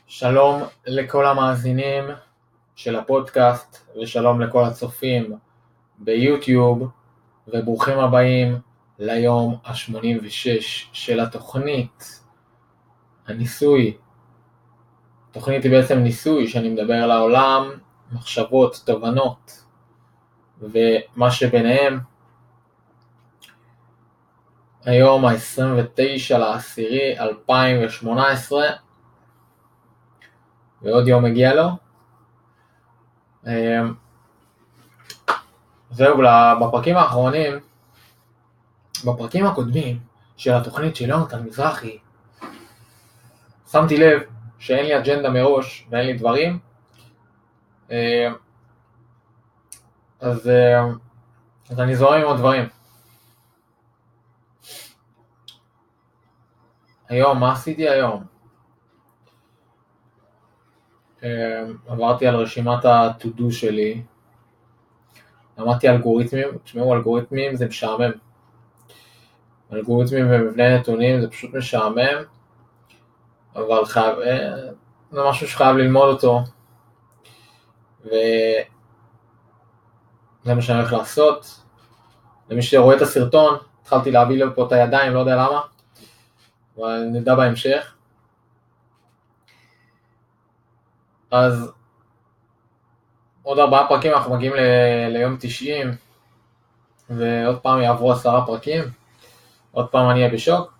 שלום לכל המאזינים של הפודקאסט ושלום לכל הצופים ביוטיוב וברוכים הבאים ליום ה-86 של התוכנית. הניסוי, התוכנית היא בעצם ניסוי שאני מדבר על העולם, מחשבות, תובנות ומה שביניהם. היום ה-29/10/2018 ועוד יום מגיע לו. זהו, בפרקים הקודמים של התוכנית של יונתן מזרחי, שמתי לב שאין לי אג'נדה מראש ואין לי דברים, אז אני זורם עם עוד דברים. היום, מה עשיתי היום? עברתי על רשימת ה-to-do שלי, למדתי אלגוריתמים. תשמעו, אלגוריתמים זה משעמם. אלגוריתמים ומבנה נתונים זה פשוט משעמם, אבל זה משהו שחייב ללמוד אותו, וזה מה שאני הולך לעשות. למי שרואה את הסרטון, התחלתי להביא לפה את הידיים, לא יודע למה, אבל נדע בהמשך. אז עוד 4 פרקים אנחנו מגיעים ליום 90, ועוד פעם יעברו 10 פרקים, עוד פעם אני אהיה בשוק.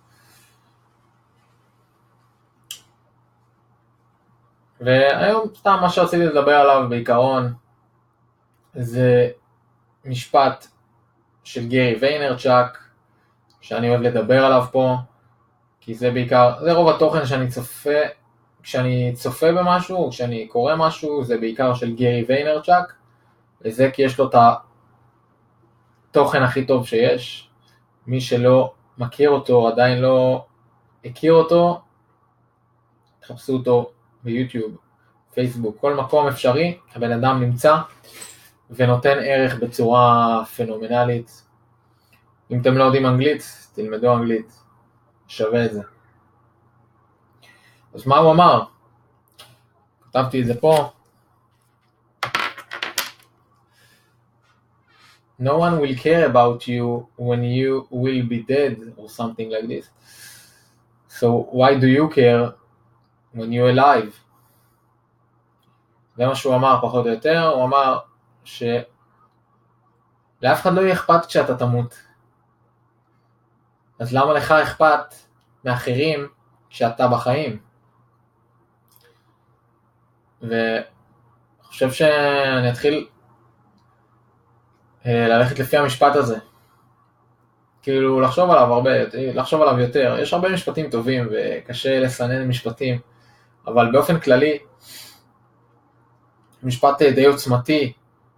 והיום סתם מה שרציתי לדבר עליו בעיקרון זה משפט של גרי ויינרצ'אק, שאני אוהב לדבר עליו פה, כי זה רוב התוכן כשאני צופה במשהו, או כשאני קורא משהו, זה בעיקר של גרי ויינרצ'אק, וזה כי יש לו את התוכן הכי טוב שיש. מי שלא מכיר אותו, עדיין לא הכיר אותו, תחפשו אותו ביוטיוב, פייסבוק, כל מקום אפשרי, הבן אדם נמצא ונותן ערך בצורה פנומנלית. אם אתם לא יודעים אנגלית, תלמדו אנגלית, שווה את זה. אז מה הוא אמר? כתבתי את זה פה. No one will care about you when you will be dead, or something like this. So why do you care when you're alive? זה מה שהוא אמר פחות או יותר. הוא אמר שלאף אחד לא יהיה אכפת כשאתה תמות. אז למה לך אכפת מאחרים כשאתה בחיים? ואני חושב שאני אתחיל ללכת לפי המשפט הזה. כאילו לחשוב עליו יותר. יש הרבה משפטים טובים וקשה לסנן משפטים, אבל באופן כללי, משפט די עוצמתי,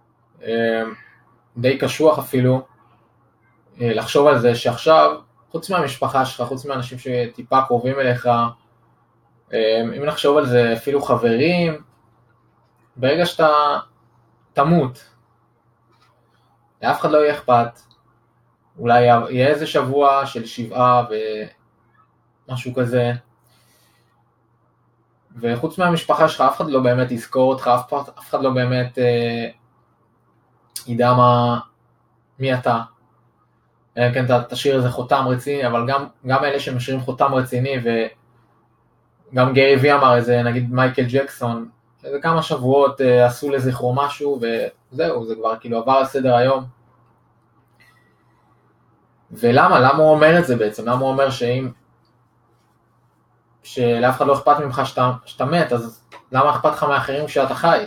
די קשוח אפילו, לחשוב על זה שעכשיו, חוץ מהמשפחה שלך, חוץ מהאנשים שטיפה קרובים אליך, אם נחשוב על זה אפילו חברים, ברגע שאתה תמות, לאף אחד לא יהיה אכפת, אולי יהיה איזה שבוע של 7 ומשהו כזה, וחוץ מהמשפחה שלך אף אחד לא באמת יזכור אותך, אף אחד לא באמת ידע מי אתה. כן, תשאיר איזה חותם רציני, אבל גם אלה שמשאירים חותם רציני, וגם גרי וי אמר איזה, נגיד מייקל ג'קסון, איזה כמה שבועות עשו לזכרו משהו, וזהו, זה כבר כאילו עבר על סדר היום. ולמה הוא אומר את זה בעצם? למה הוא אומר שלאף אחד לא אכפת ממך שאתה מת, אז למה אכפת לך מאחרים כשאתה חי?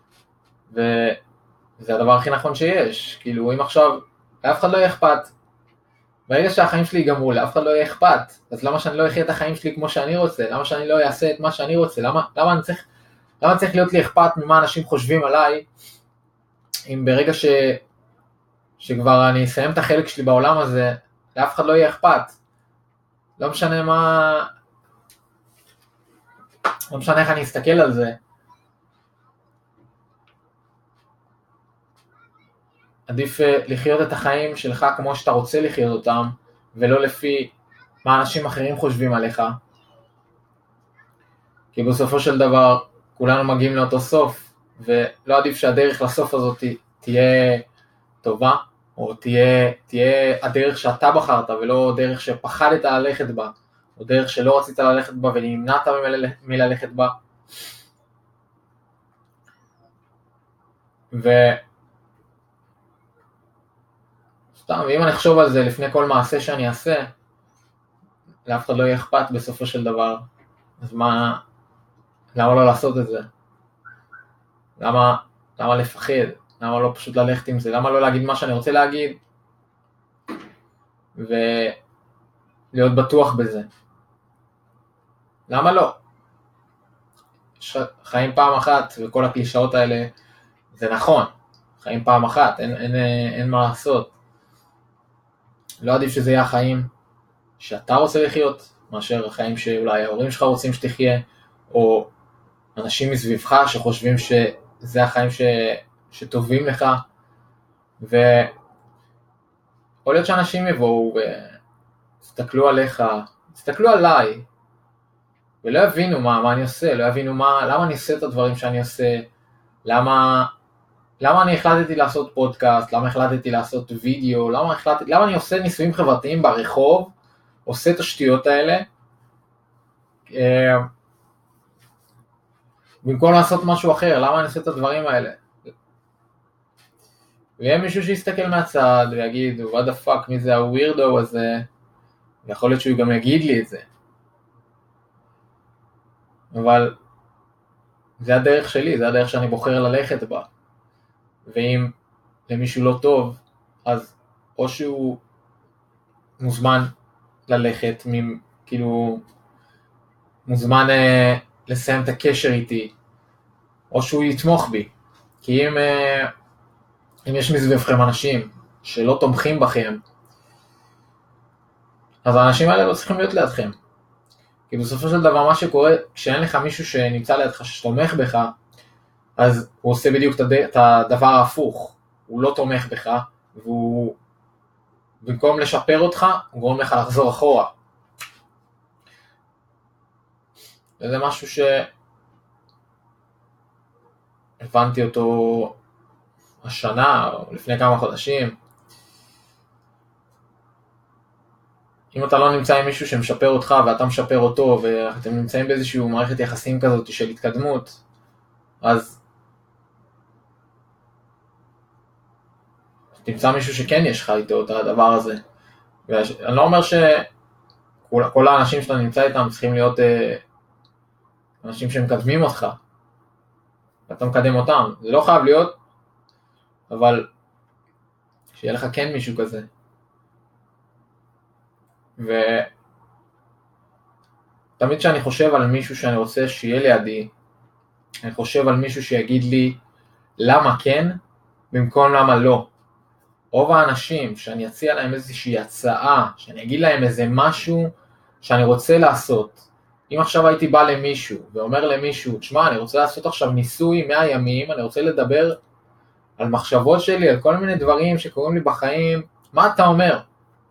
וזה הדבר הכי נכון שיש. כאילו, אם עכשיו לאף אחד לא יהיה אכפת, ברגע שהחיים שלי ייגמרו, לאף אחד לא יהיה אכפת, אז למה שאני לא אחיה את החיים שלי כמו שאני רוצה? למה שאני לא אעשה את מה שאני רוצה? למה צריך להיות לי אכפת ממה אנשים חושבים עליי, אם ברגע שכבר אני אסיים את החלק שלי בעולם הזה, לאף אחד לא יהיה אכפת. לא משנה איך אני אסתכל על זה. עדיף לחיות את החיים שלך כמו שאתה רוצה לחיות אותם, ולא לפי מה אנשים אחרים חושבים עליך. כי בסופו של דבר כולנו מגיעים לאותו סוף, ולא עדיף שהדרך לסוף הזאת תהיה טובה, או תהיה הדרך שאתה בחרת, ולא דרך שפחדת ללכת בה, או דרך שלא רצית ללכת בה ונמנעת מללכת בה. סתם, ואם אני אחשוב על זה לפני כל מעשה שאני אעשה, לאף אחד לא יהיה אכפת בסופו של דבר, אז למה לא לעשות את זה? למה לפחד? למה לא פשוט ללכת עם זה? למה לא להגיד מה שאני רוצה להגיד? ולהיות בטוח בזה. למה לא? חיים פעם אחת, וכל הקלישאות האלה, זה נכון. חיים פעם אחת, אין מה לעשות. לא עדיף שזה יהיה החיים שאתה רוצה לחיות, מאשר החיים שאולי ההורים שלך רוצים שתחיה, או אנשים מסביבך שחושבים שזה החיים שטובים לך, ויכול להיות שאנשים יבואו ויסתכלו עליך, יסתכלו עליי, ולא יבינו מה אני עושה, לא יבינו למה אני עושה את הדברים שאני עושה, למה אני החלטתי לעשות פודקאסט, למה החלטתי לעשות וידאו, למה אני עושה ניסויים חברתיים ברחוב, עושה את השטויות האלה, במקום לעשות משהו אחר, למה אני עושה את הדברים האלה? ויהיה מישהו שיסתכל מהצד ויגיד, what the fuck, מי זה הווירדו הזה, ויכול להיות שהוא גם יגיד לי את זה. אבל זה הדרך שלי, זה הדרך שאני בוחר ללכת בה. ואם למישהו לא טוב, אז או שהוא מוזמן ללכת, כאילו מוזמן לסיים את הקשר איתי, או שהוא יתמוך בי. כי אם יש מסביבכם אנשים שלא תומכים בכם, אז האנשים האלה לא צריכים להיות לידכם. כי בסופו של דבר מה שקורה, כשאין לך מישהו שנמצא לידך שתומך בך, אז הוא עושה בדיוק את הדבר ההפוך. הוא לא תומך בך, והוא במקום לשפר אותך, הוא גורם לך לחזור אחורה. וזה משהו שהבנתי אותו השנה, או לפני כמה חודשים. אם אתה לא נמצא עם מישהו שמשפר אותך, ואתה משפר אותו, ואתם נמצאים באיזשהו מערכת יחסים כזאת של התקדמות, אז תמצא מישהו שכן יש לך איתו את הדבר הזה. אני לא אומר שכל האנשים שאתה נמצא איתם צריכים להיות אנשים שמקדמים אותך, ואתה מקדם אותם. זה לא חייב להיות, אבל שיהיה לך כן מישהו כזה. ותמיד כשאני חושב על מישהו שאני רוצה שיהיה לידי, אני חושב על מישהו שיגיד לי למה כן, במקום למה לא. רוב האנשים שאני אציע להם איזושהי הצעה, שאני אגיד להם איזה משהו שאני רוצה לעשות, אם עכשיו הייתי בא למישהו ואומר למישהו, תשמע, אני רוצה לעשות עכשיו ניסוי 100 ימים, אני רוצה לדבר על מחשבות שלי, על כל מיני דברים שקורים לי בחיים, מה אתה אומר?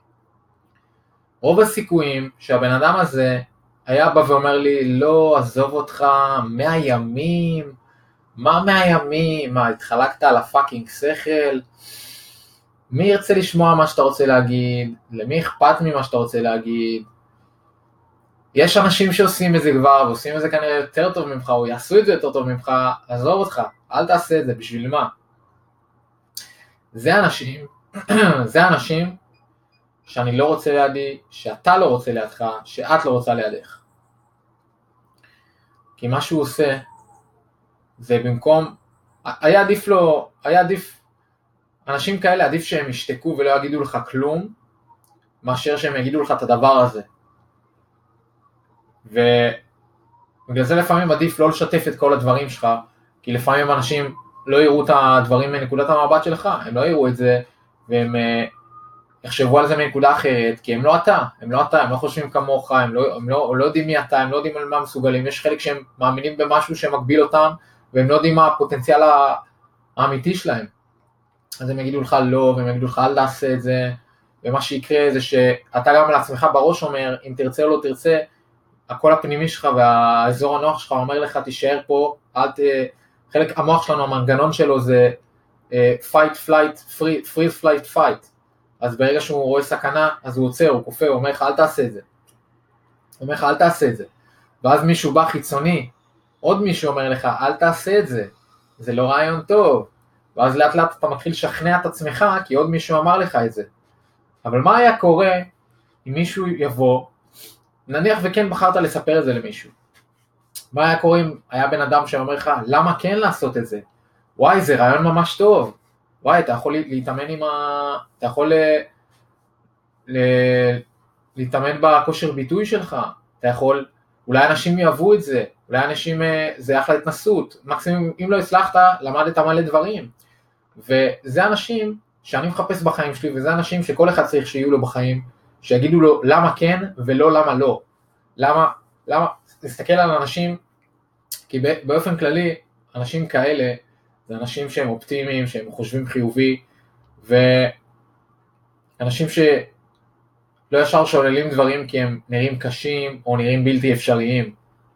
רוב הסיכויים שהבן אדם הזה היה בא ואומר לי, לא, עזוב אותך, 100 ימים, מה 100 ימים? מה, התחלקת על הפאקינג שכל? מי ירצה לשמוע מה שאתה רוצה להגיד? למי אכפת ממה שאתה רוצה להגיד? יש אנשים שעושים את זה כבר, ועושים את זה כנראה יותר טוב ממך, או יעשו את זה יותר טוב ממך, עזוב אותך, אל תעשה את זה, בשביל מה? זה אנשים שאני לא רוצה לידי, שאתה לא רוצה לידך, שאת לא רוצה לידך. כי מה שהוא עושה, זה במקום, היה עדיף, אנשים כאלה עדיף שהם ישתקו ולא יגידו לך כלום, מאשר שהם יגידו לך את הדבר הזה. ובגלל זה לפעמים עדיף לא לשתף את כל הדברים שלך, כי לפעמים אנשים לא יראו את הדברים מנקודת המבט שלך, הם לא יראו את זה, והם יחשבו על זה מנקודה אחרת, כי הם לא אתה, הם לא חושבים כמוך, הם לא יודעים מי אתה, הם לא יודעים על מה מסוגלים, יש חלק שהם מאמינים במשהו שמקביל אותם, והם לא יודעים מה הפוטנציאל האמיתי שלהם. אז הם יגידו לך לא, והם יגידו לך אל תעשה את זה, ומה שיקרה זה שאתה גם לעצמך בראש אומר, אם תרצה או לא תרצה, הקול הפנימי שלך והאזור הנוח שלך אומר לך תישאר פה, חלק המוח שלנו, המנגנון שלו זה fight, flight, freeze, flight, fight. אז ברגע שהוא רואה סכנה, אז הוא עוצר, הוא קופא, הוא אומר לך אל תעשה את זה. הוא אומר לך אל תעשה את זה. ואז מישהו בא חיצוני, עוד מישהו אומר לך אל תעשה את זה, זה לא רעיון טוב. ואז לאט לאט אתה מתחיל לשכנע את עצמך, כי עוד מישהו אמר לך את זה. אבל מה היה קורה אם מישהו יבוא, נניח וכן בחרת לספר את זה למישהו. מה היה קורה אם היה בן אדם שאומר לך, למה כן לעשות את זה? וואי, זה רעיון ממש טוב. וואי, אתה יכול להתאמן אתה יכול להתאמן בכושר ביטוי שלך. אתה יכול, אולי אנשים יאהבו את זה, אולי אנשים, זה אחלה התנסות. מקסימום, אם לא הצלחת, למדת מלא דברים. וזה אנשים שאני מחפש בחיים שלי, וזה אנשים שכל אחד צריך שיהיו לו בחיים, שיגידו לו למה כן ולא למה לא. למה, תסתכל על אנשים, כי באופן כללי, אנשים כאלה, זה אנשים שהם אופטימיים, שהם חושבים חיובי, ואנשים שלא ישר שוללים דברים כי הם נראים קשים, או נראים בלתי אפשריים.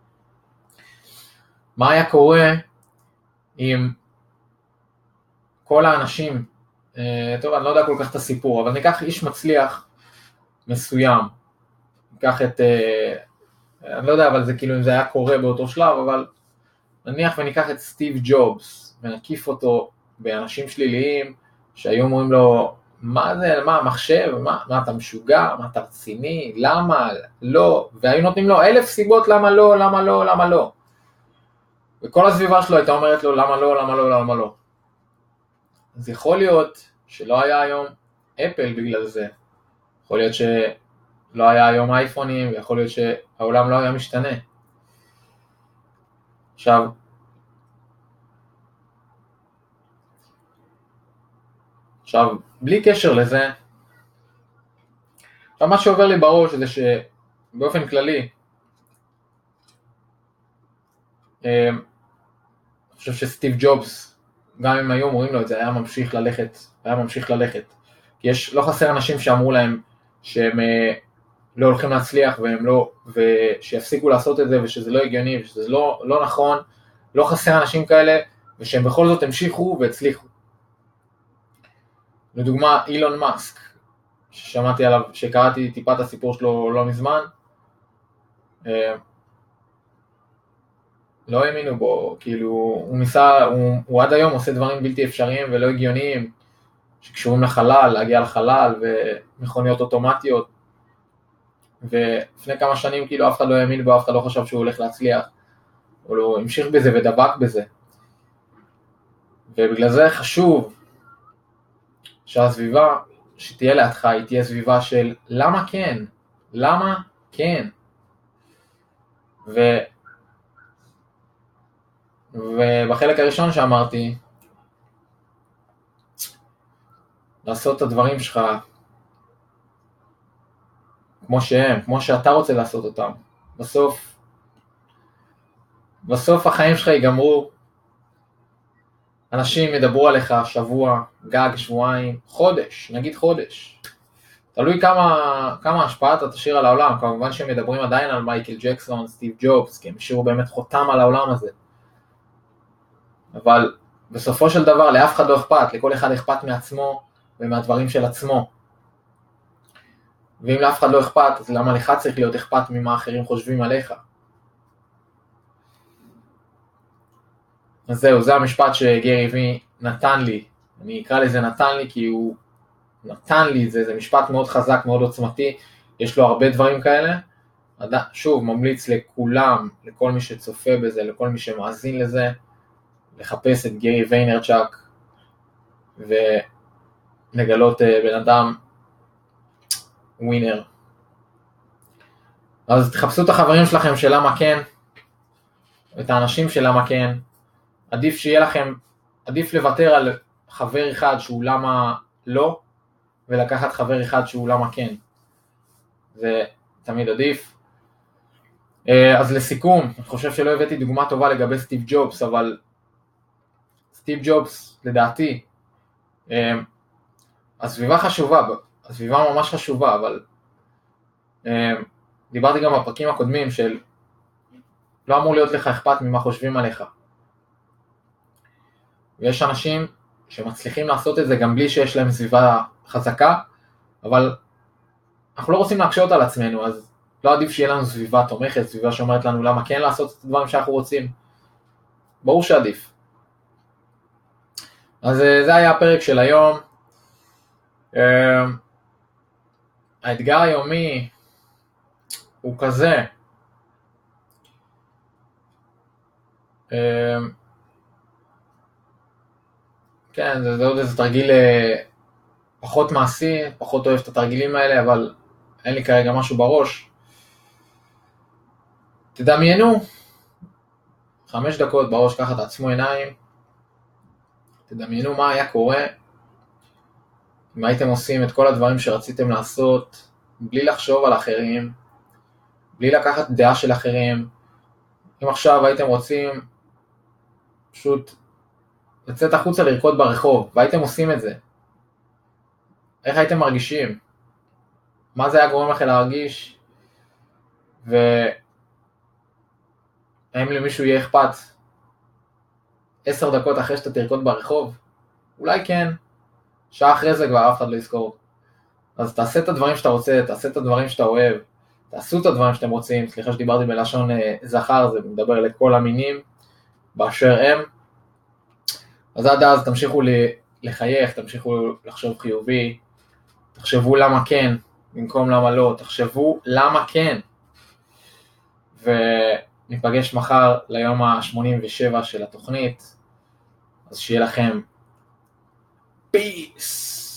מה היה קורה אם כל האנשים, טוב, אני לא יודע כל כך את הסיפור, אבל ניקח איש מצליח מסוים, ניקח את, אני לא יודע, אבל זה כאילו אם זה היה קורה באותו שלב, אבל נניח וניקח את סטיב ג'ובס, ונקיף אותו באנשים שליליים, שהיו אומרים לו, מה זה, מה המחשב, מה אתה משוגע, מה אתה רציני, למה, לא, והיו נותנים לו 1000 סיבות למה לא, למה לא, למה לא. וכל הסביבה שלו הייתה אומרת לו, למה לא, למה לא, למה לא. אז יכול להיות שלא היה היום אפל בגלל זה, יכול להיות שלא היה היום אייפונים, ויכול להיות שהעולם לא היה משתנה. עכשיו, בלי קשר לזה, מה שעובר לי בראש זה שבאופן כללי, אני חושב שסטיב ג'ובס, גם אם היו אומרים לו את זה, היה ממשיך ללכת. כי לא חסר אנשים שאמרו להם שהם לא הולכים להצליח ושיפסיקו לעשות את זה ושזה לא הגיוני ושזה לא נכון, לא חסר אנשים כאלה ושהם בכל זאת המשיכו והצליחו. לדוגמה, אילון מאסק, ששמעתי עליו, שקראתי טיפה את הסיפור שלו לא מזמן, לא האמינו בו, כאילו הוא עד היום עושה דברים בלתי אפשריים ולא הגיוניים, שקשורים לחלל, להגיע לחלל ומכוניות אוטומטיות, ולפני כמה שנים כאילו אף אחד לא האמין בו, אף אחד לא חשב שהוא הולך להצליח, אבל הוא המשיך בזה ודבק בזה, ובגלל זה חשוב שהסביבה שתהיה לידך היא תהיה סביבה של למה כן, למה כן, ובחלק הראשון שאמרתי, לעשות את הדברים שלך כמו שהם, כמו שאתה רוצה לעשות אותם. בסוף החיים שלך ייגמרו, אנשים ידברו עליך שבוע, גג, שבועיים, חודש, נגיד חודש. תלוי כמה השפעה אתה תשאיר על העולם, כמובן שהם מדברים עדיין על מייקל ג'קסון, סטיב ג'ובס, כי הם השאירו באמת חותם על העולם הזה. אבל בסופו של דבר לאף אחד לא אכפת, לכל אחד אכפת מעצמו ומהדברים של עצמו. ואם לאף אחד לא אכפת, אז למה לך צריך להיות אכפת ממה אחרים חושבים עליך? אז זהו, זה המשפט שגרי וי נתן לי, אני אקרא לזה נתן לי כי הוא נתן לי את זה, זה משפט מאוד חזק, מאוד עוצמתי, יש לו הרבה דברים כאלה, שוב, ממליץ לכולם, לכל מי שצופה בזה, לכל מי שמאזין לזה, לחפש את גרי ויינרצ'אק, ולגלות בן אדם ווינר. אז תחפשו את החברים שלכם של למה כן, את האנשים של למה כן, עדיף שיהיה לכם, עדיף לוותר על חבר אחד שהוא למה לא, ולקחת חבר אחד שהוא למה כן. זה תמיד עדיף. אז לסיכום, אני חושב שלא הבאתי דוגמה טובה לגבי סטיב ג'ובס, אבל סטיב ג'ובס, לדעתי, הסביבה חשובה, הסביבה ממש חשובה, אבל דיברתי גם בפרקים הקודמים של לא אמור להיות לך אכפת ממה חושבים עליך. ויש אנשים שמצליחים לעשות את זה גם בלי שיש להם סביבה חזקה, אבל אנחנו לא רוצים להקשות על עצמנו, אז לא עדיף שיהיה לנו סביבה תומכת, סביבה שאומרת לנו למה כן לעשות את הדברים שאנחנו רוצים. ברור שעדיף. אז זה היה הפרק של היום. האתגר היומי הוא כזה. כן, זה עוד איזה תרגיל פחות מעשי, פחות אוהב את התרגילים האלה, אבל אין לי כרגע משהו בראש. תדמיינו 5 דקות בראש, ככה תעצמו עיניים, תדמיינו מה היה קורה אם הייתם עושים את כל הדברים שרציתם לעשות, בלי לחשוב על אחרים, בלי לקחת דעה של אחרים. אם עכשיו הייתם רוצים פשוט לצאת החוצה לרקוד ברחוב, והייתם עושים את זה, איך הייתם מרגישים? מה זה היה גורם לכם להרגיש? והאם למישהו יהיה אכפת 10 דקות אחרי שאתה תרקוד ברחוב? אולי כן, שעה אחרי זה כבר אף אחד לא יזכור. אז תעשה את הדברים שאתה רוצה, תעשה את הדברים שאתה אוהב, תעשו את הדברים שאתם רוצים. סליחה שדיברתי בלשון זכר, זה מדבר לכל המינים באשר הם. אז עד אז תמשיכו לחייך, תמשיכו לחשוב חיובי, תחשבו למה כן במקום למה לא, תחשבו למה כן. וניפגש מחר ליום ה-87 של התוכנית, אז שיהיה לכם peace.